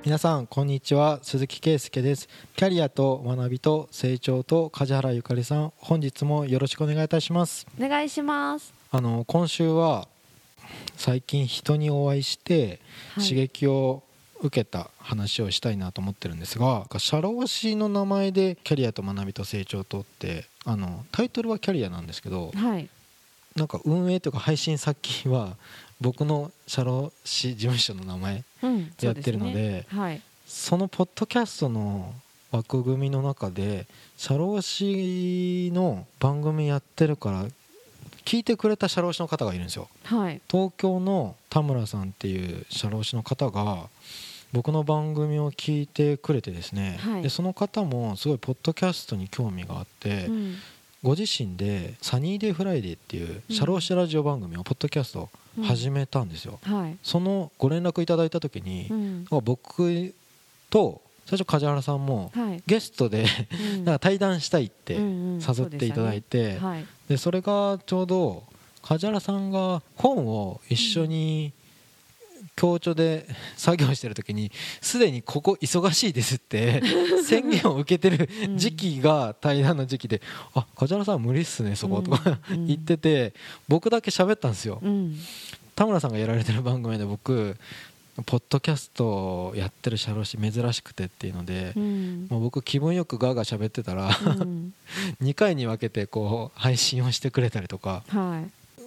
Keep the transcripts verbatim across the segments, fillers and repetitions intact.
皆さんこんにちは、鈴木圭介です。キャリアと学びと成長と梶原ゆかりさん、本日もよろしくお願いいたします。 お願いします。 あの今週は最近人にお会いして刺激を受けた話をしたいなと思ってるんですが、社労士の名前でキャリアと学びと成長とってあのタイトルはキャリアなんですけど、 はい、 なんか運営というか配信先は僕の社労士事務所の名前でやってるので、うん、そうですね。はい、そのポッドキャストの枠組みの中で社労士の番組やってるから聞いてくれた社労士の方がいるんですよ。はい、東京の田村さんっていう社労士の方が僕の番組を聞いてくれてですね、はい、でその方もすごいポッドキャストに興味があって、うん、ご自身でサニーデイフライデーっていう社労士ラジオ番組をポッドキャスト始めたんですよ。うんはい、そのご連絡いただいた時に、うん、僕と最初梶原さんもゲストで、はい、なんか対談したいって誘っていただいて、でそれがちょうど梶原さんが本を一緒に共著で作業してる時にすでにここ忙しいですって宣言を受けてる時期が対談の時期で、あ、梶原さん無理っすねそことか言ってて、僕だけ喋ったんですよ。田村さんがやられてる番組で僕ポッドキャストやってる社労士珍しくてっていうので、うん、もう僕気分よくガーガー喋ってたら、うん、にかいに分けてこう配信をしてくれたりとか、はい、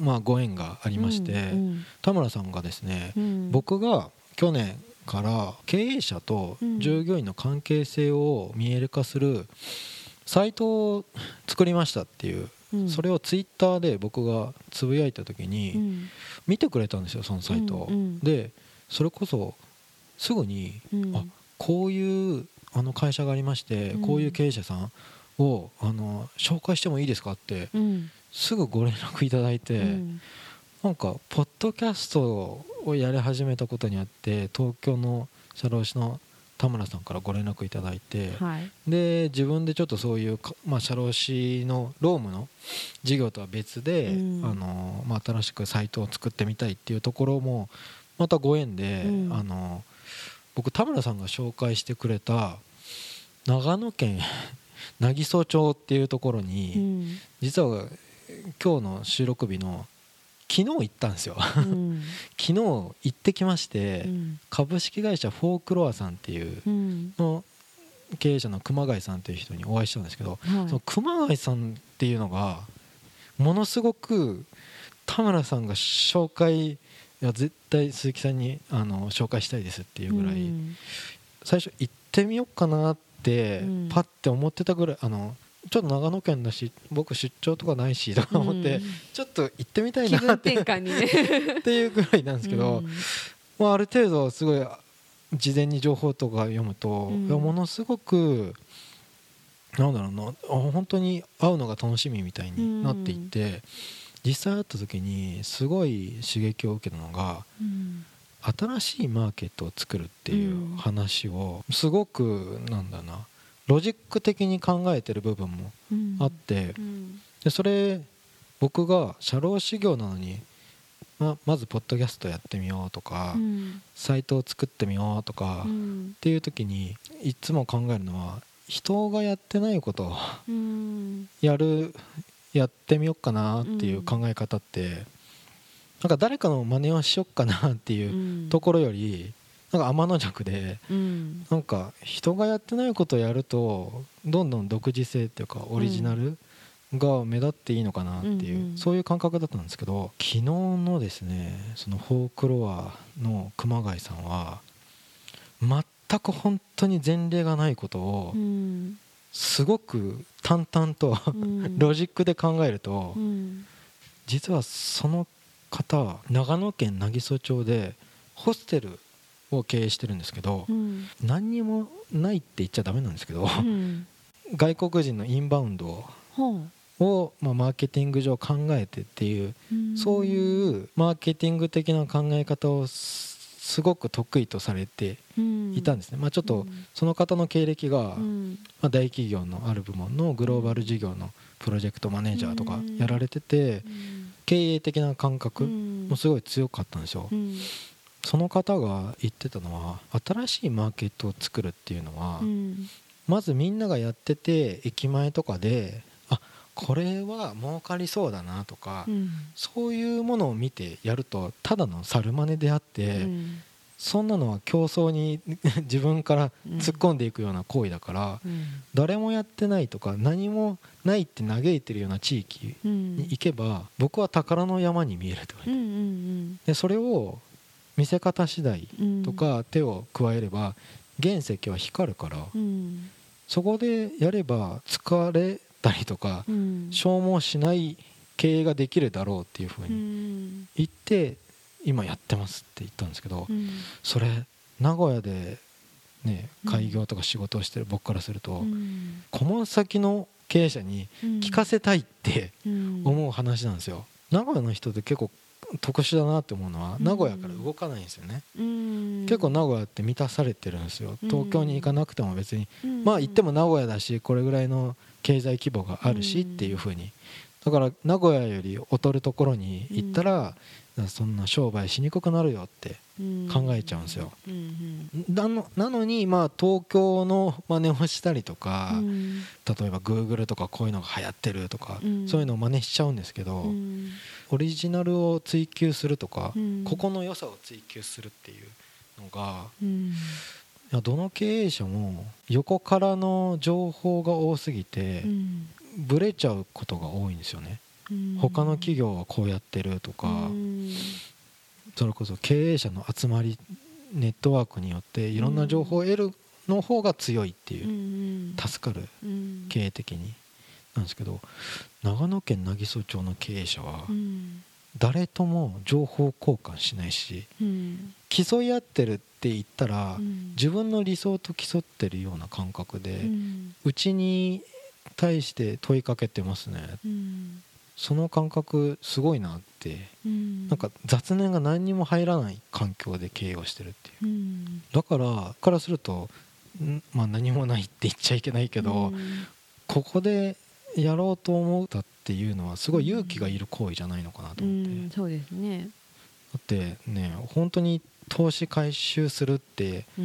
まあご縁がありまして、うんうん、田村さんがですね、うん、僕が去年から経営者と従業員の関係性を見える化するサイトを作りましたっていう、うん、それをツイッターで僕がつぶやいた時に、うん、見てくれたんですよそのサイトを、うんうん、でそれこそすぐに、うん、あこういうあの会社がありまして、うん、こういう経営者さんをあの紹介してもいいですかって、うん、すぐご連絡いただいて、うん、なんかポッドキャストをやり始めたことによって東京の社労士の田村さんからご連絡いただいて、はい、で自分でちょっとそういう、まあ、社労士の労務の事業とは別で、うんあのまあ、新しくサイトを作ってみたいっていうところもまたご縁で、うん、あの僕田村さんが紹介してくれた長野県奈木曽町っていうところに、うん、実は今日の収録日の昨日行ったんですよ、うん、昨日行ってきまして、うん、株式会社フォークロアさんっていうの経営者の熊谷さんっていう人にお会いしたんですけど、はい、その熊谷さんっていうのがものすごく田村さんが紹介いや絶対鈴木さんにあの紹介したいですっていうぐらい、うん、最初行ってみようかなってパッて思ってたぐらい、あのちょっと長野県だし僕出張とかないしとか思って、うん、ちょっと行ってみたいなって気分転換にねっていうぐらいなんですけど、うんまあ、ある程度すごい事前に情報とか読むと、うん、いやものすごくなんだろうな本当に会うのが楽しみみたいになっていって、うん実際会った時にすごい刺激を受けたのが、うん、新しいマーケットを作るっていう話をすごくなんだなロジック的に考えてる部分もあって、うん、でそれ僕が社労士業なのに ま, まずポッドキャストやってみようとか、うん、サイトを作ってみようとか、うん、っていう時にいつも考えるのは人がやってないことをやるやってみようかなっていう考え方って、うん、なんか誰かの真似をしよっかなっていうところよりなんか天の弱で、うん、なんか人がやってないことをやるとどんどん独自性っていうかオリジナルが目立っていいのかなっていう、うん、そういう感覚だったんですけど、昨日のですねそのフォークロアの熊谷さんは全く本当に前例がないことを、うんすごく淡々とロジックで考えると、うん、実はその方長野県奈木曽町でホステルを経営してるんですけど、うん、何にもないって言っちゃダメなんですけど、うん、外国人のインバウンドを、まあ、マーケティング上考えてっていう、うん、そういうマーケティング的な考え方をすごく得意とされていたんですね、まあ、ちょっとその方の経歴が、まあ、大企業のある部門のグローバル事業のプロジェクトマネージャーとかやられてて経営的な感覚もすごい強かったんですよ。 その方が言ってたのは、新しいマーケットを作るっていうのは、うん、まずみんながやってて駅前とかで、あ、これは儲かりそうだなとか、うん、そういうものを見てやるとただの猿真似であって、うん、そんなのは競争に自分から突っ込んでいくような行為だから、うん、誰もやってないとか何もないって嘆いてるような地域に行けば、僕は宝の山に見えるとか言って、うんうんうん、でそれを見せ方次第とか手を加えれば原石は光るから、うん、そこでやれば疲れたりとか消耗しない経営ができるだろうっていうふうに言って今やってますって言ったんですけど、うん、それ名古屋でね開業とか仕事をしてる僕からすると、うん、顧問先の経営者に聞かせたいって思う話なんですよ。名古屋の人って結構特殊だなって思うのは、名古屋から動かないんですよね、うん、結構名古屋って満たされてるんですよ。東京に行かなくても別に、うん、まあ行っても名古屋だしこれぐらいの経済規模があるしっていう風に、だから名古屋より劣るところに行ったら、うん、そんな商売しにくくなるよって考えちゃうんですよ、うんうん、なの、なのにまあ東京の真似をしたりとか、うん、例えば Google とかこういうのが流行ってるとか、うん、そういうのを真似しちゃうんですけど、うん、オリジナルを追求するとか、うん、ここの良さを追求するっていうのが、うん、いやどの経営者も横からの情報が多すぎて、うん、ブレちゃうことが多いんですよね。他の企業はこうやってるとか、それこそ経営者の集まりネットワークによっていろんな情報を得るの方が強いっていう、助かる経営的になんですけど、長野県奈義町の経営者は誰とも情報交換しないし、競い合ってるって言ったら自分の理想と競ってるような感覚でうちに対して問いかけてますね。その感覚すごいなって、うん、なんか雑念が何にも入らない環境で経営をしてるっていう、うん、だからからすると、まあ、何もないって言っちゃいけないけど、うん、ここでやろうと思ったっていうのはすごい勇気がいる行為じゃないのかなと思って、うんうん、 そうですね。 だってね本当に投資回収するって、うん、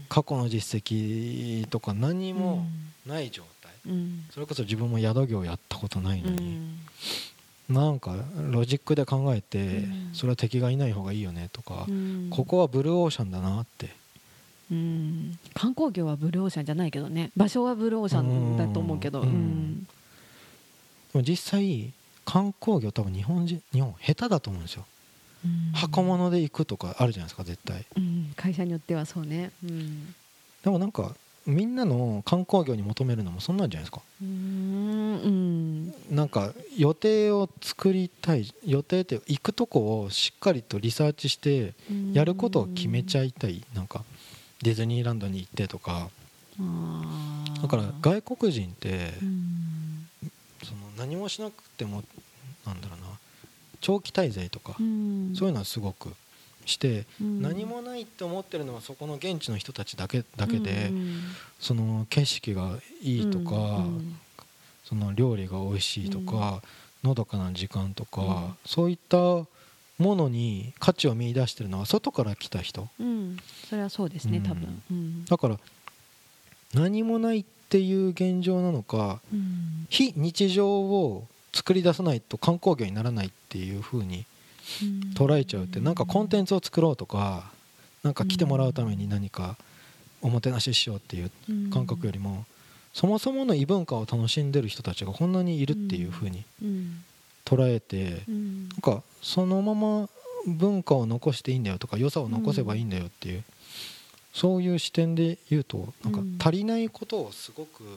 過去の実績とか何もない状態、うん、それこそ自分も宿業やったことないのに、うん、なんかロジックで考えて、うん、それは敵がいない方がいいよねとか、うん、ここはブルーオーシャンだなって、 うん、観光業はブルーオーシャンじゃないけどね、場所はブルーオーシャンだと思うけど、うんうん、 でも実際観光業多分日本人日本下手だと思うんですよ、うん、箱物で行くとかあるじゃないですか絶対、 うん、会社によってはそうね、うん、 でもなんかみんなの観光業に求めるのもそんなんじゃないですか。うーん、なんか予定を作りたい、予定って行くとこをしっかりとリサーチしてやることを決めちゃいたい。なんかディズニーランドに行ってとか、だから外国人ってその何もしなくてもなんだろうな、長期滞在とかそういうのはすごくして、うん、何もないって思ってるのはそこの現地の人たちだけだけで、うん、その景色がいいとか、うん、その料理が美味しいとか、うん、のどかな時間とか、うん、そういったものに価値を見出してるのは外から来た人、 うん、それはそうですね、多分、うん、 だから何もないっていう現状なのか、うん、非日常を作り出さないと観光業にならないっていう風に捉えちゃうって、なんかコンテンツを作ろうとかなんか来てもらうために何かおもてなししようっていう感覚よりも、そもそもの異文化を楽しんでる人たちがこんなにいるっていう風に捉えて、なんかそのまま文化を残していいんだよとか良さを残せばいいんだよっていう、そういう視点で言うとなんか足りないことをすごく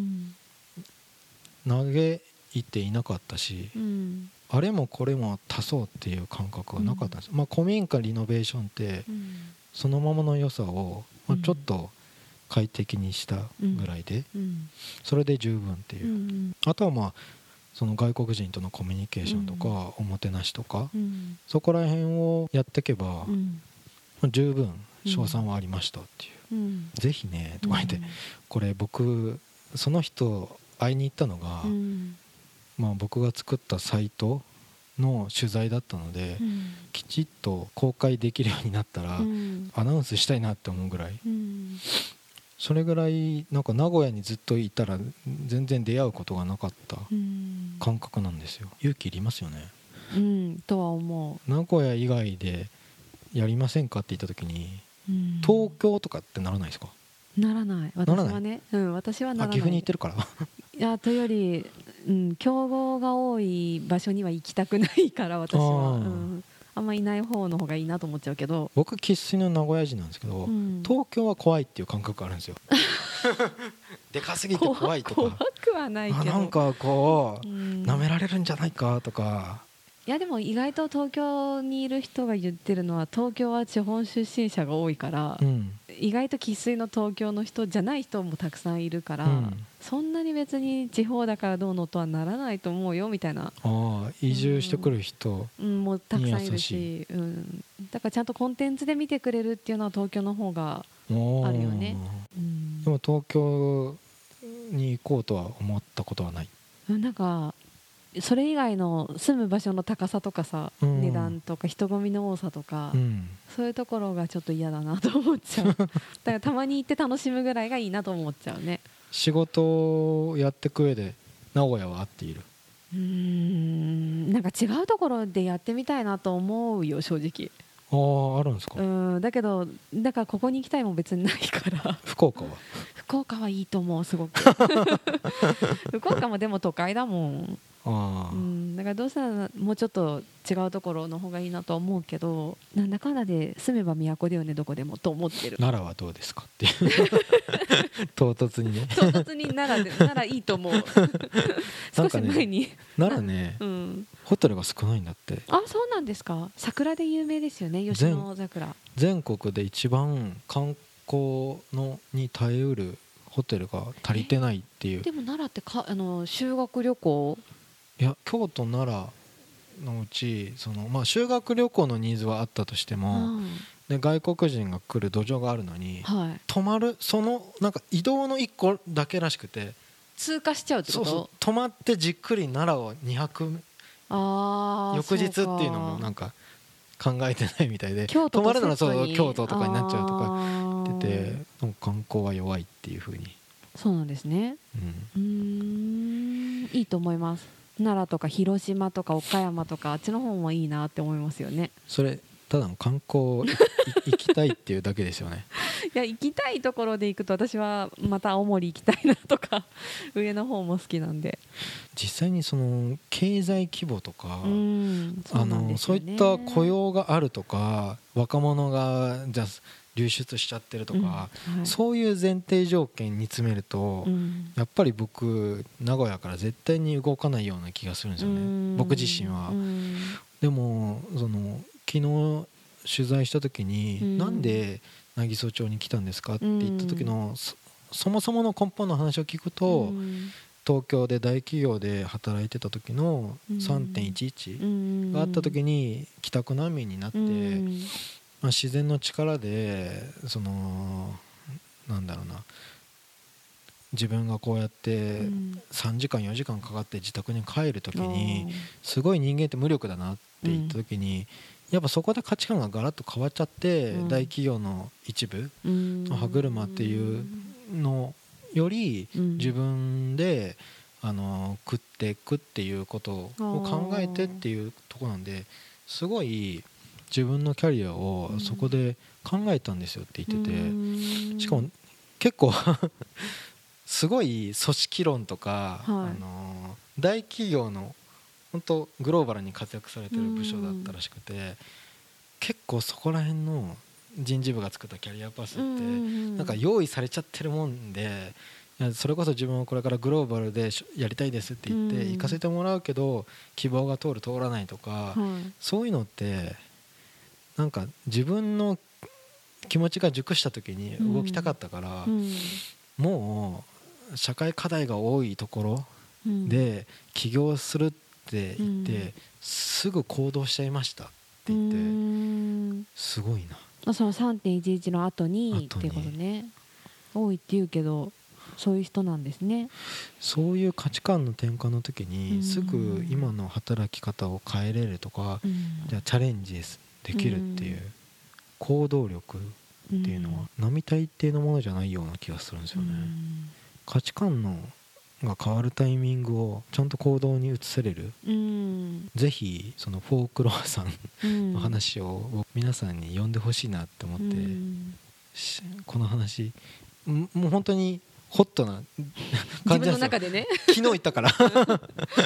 嘆いていなかったし、あれもこれも足そうっていう感覚はなかったんです、うん、まあ、古民家リノベーションってそのままの良さを、まあ、ちょっと快適にしたぐらいで、それで十分っていう、あとはまあその外国人とのコミュニケーションとかおもてなしとか、そこら辺をやっていけば十分賞賛はありましたっていう、ぜひねとか言って、これ僕その人会いに行ったのが、まあ、僕が作ったサイトの取材だったので、うん、きちっと公開できるようになったら、うん、アナウンスしたいなって思うぐらい、うん、それぐらいなんか名古屋にずっといたら全然出会うことがなかった感覚なんですよ。勇気いりますよね。 うん、とは思う。名古屋以外でやりませんかって言った時に、うん、東京とかってならないですか？ ならない。私はね、うん、私はならない。 あ、岐阜に行ってるからいやというより、うん、競合が多い場所には行きたくないから私は、あ、うん、あんまいない方の方がいいなと思っちゃうけど、 僕生粋の名古屋人なんですけど、うん、東京は怖いっていう感覚があるんですよでかすぎて怖いとか、 怖くはないけど、 なんかこう、うん、舐められるんじゃないかとか。 いやでも意外と東京にいる人が言ってるのは、東京は地方出身者が多いから、うん、意外と生粋の東京の人じゃない人もたくさんいるから、うん、そんなに別に地方だからどうのとはならないと思うよみたいな。 あ、移住してくる人、 うん、もうたくさんいるし、うん、だからちゃんとコンテンツで見てくれるっていうのは東京の方があるよね、 うん、でも東京に行こうとは思ったことはない。 なんかそれ以外の住む場所の高さとかさ、うん、値段とか人混みの多さとか、うん、そういうところがちょっと嫌だなと思っちゃうだからたまに行って楽しむぐらいがいいなと思っちゃうね。 仕事をやっていく上で名古屋は合っている？ うーん、なんか違うところでやってみたいなと思うよ正直。 ああ、あるんですか？ うん、だけどだからここに行きたいも別にないから福岡は福岡はいいと思うすごく福岡もでも都会だもん。あ、うん、だからどうせならもうちょっと違うところの方がいいなとは思うけど、なんだかんだで住めば都だよねどこでもと思ってる。 奈良はどうですかっていう唐突にね唐突に奈良で奈良いいと思う少し前に、ね、 奈良ね、うん、ホテルが少ないんだって。 あ、そうなんですか。桜で有名ですよね、吉野桜。 全国で一番観光のに耐えうるホテルが足りてないっていう。 でも奈良ってかあの修学旅行、 いや京都奈良のうちその、まあ、修学旅行のニーズはあったとしても、うん、で外国人が来る土壌があるのに、はい、泊まるそのなんか移動のいっこだけらしくて、 通過しちゃうってこと？ そうそう、泊まってじっくり奈良をにはく、あ、翌日っていうのもなんか考えてないみたいで、泊まるならそう京都とかになっちゃうとか言ってて、観光は弱いっていう風に。 そうなんですね、うん、うーん、いいと思います。奈良とか広島とか岡山とかあっちの方もいいなって思いますよね。 それただの観光行きたいっていうだけですよねいや行きたいところで行くと、私はまた青森行きたいなとか上の方も好きなんで。 実際にその経済規模とか、うん、そうなんですよね、あのそういった雇用があるとか、若者がじゃあ流出しちゃってるとか、うん、はい、そういう前提条件に詰めると、うん、やっぱり僕名古屋から絶対に動かないような気がするんですよね、うん、僕自身は、うん、でもその昨日取材した時に、うん、なんで奈義町に来たんですかって言った時の、うん、そ, そもそもの根本の話を聞くと、うん、東京で大企業で働いてた時の さんてんいちいち があった時に帰宅難民になって、うん、まあ、自然の力でそのなんだろうな、自分がこうやってさんじかんよじかんかかって自宅に帰る時に、すごい人間って無力だなって言った時に、やっぱそこで価値観がガラッと変わっちゃって、大企業の一部の歯車っていうのより自分であの食っていくっていうことを考えてっていうところなんで、すごい自分のキャリアをそこで考えたんですよって言ってて、しかも結構すごい組織論とか、はい、あの大企業の本当グローバルに活躍されてる部署だったらしくて、結構そこら辺の人事部が作ったキャリアパスってなんか用意されちゃってるもんで、いやそれこそ自分はこれからグローバルでやりたいですって言って行かせてもらうけど希望が通る通らないとか、そういうのってなんか自分の気持ちが熟した時に動きたかったから、もう社会課題が多いところで起業するって言ってすぐ行動しちゃいましたって言って、すごいな。 その さんてんいちいち の後にっていうことね。多いって言うけどそういう人なんですね。 そういう価値観の転換の時にすぐ今の働き方を変えれるとか、じゃあチャレンジできるっていう行動力っていうのは並大抵のものじゃないような気がするんですよね。価値観のが変わるタイミングをちゃんと行動に移せれる、うん、ぜひそのフォークロアさんの話を皆さんに読んでほしいなって思って、うん、この話もう本当にホットな感じなんですよ。自分の中でね昨日言ったから、うん、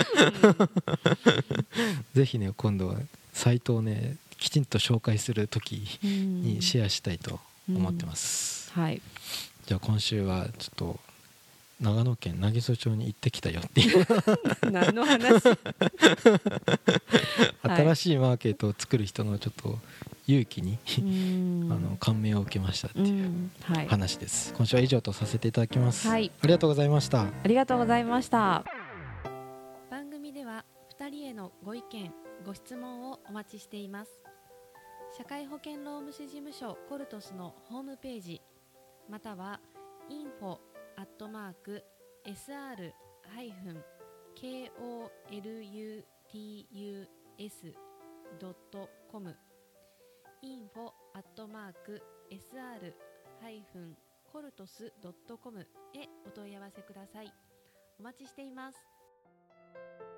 ぜひね今度はサイトをねきちんと紹介する時にシェアしたいと思ってます、 うんうん、はい、 じゃあ今週はちょっと長野県南木曽町に行ってきたよっていう何の話新しいマーケットを作る人のちょっと勇気にあの感銘を受けましたっていう話です、はい、今週は以上とさせていただきます、はい、ありがとうございました。 ありがとうございました。番組ではふたりへのご意見ご質問をお待ちしています。社会保険労務士事務所コルトスのホームページまたは インフォ アットマーク エスアール ケーオーエルユーティーユーエス ドットコム インフォ アットマーク エスアール コルトス ドットコム へお問い合わせください。お待ちしています。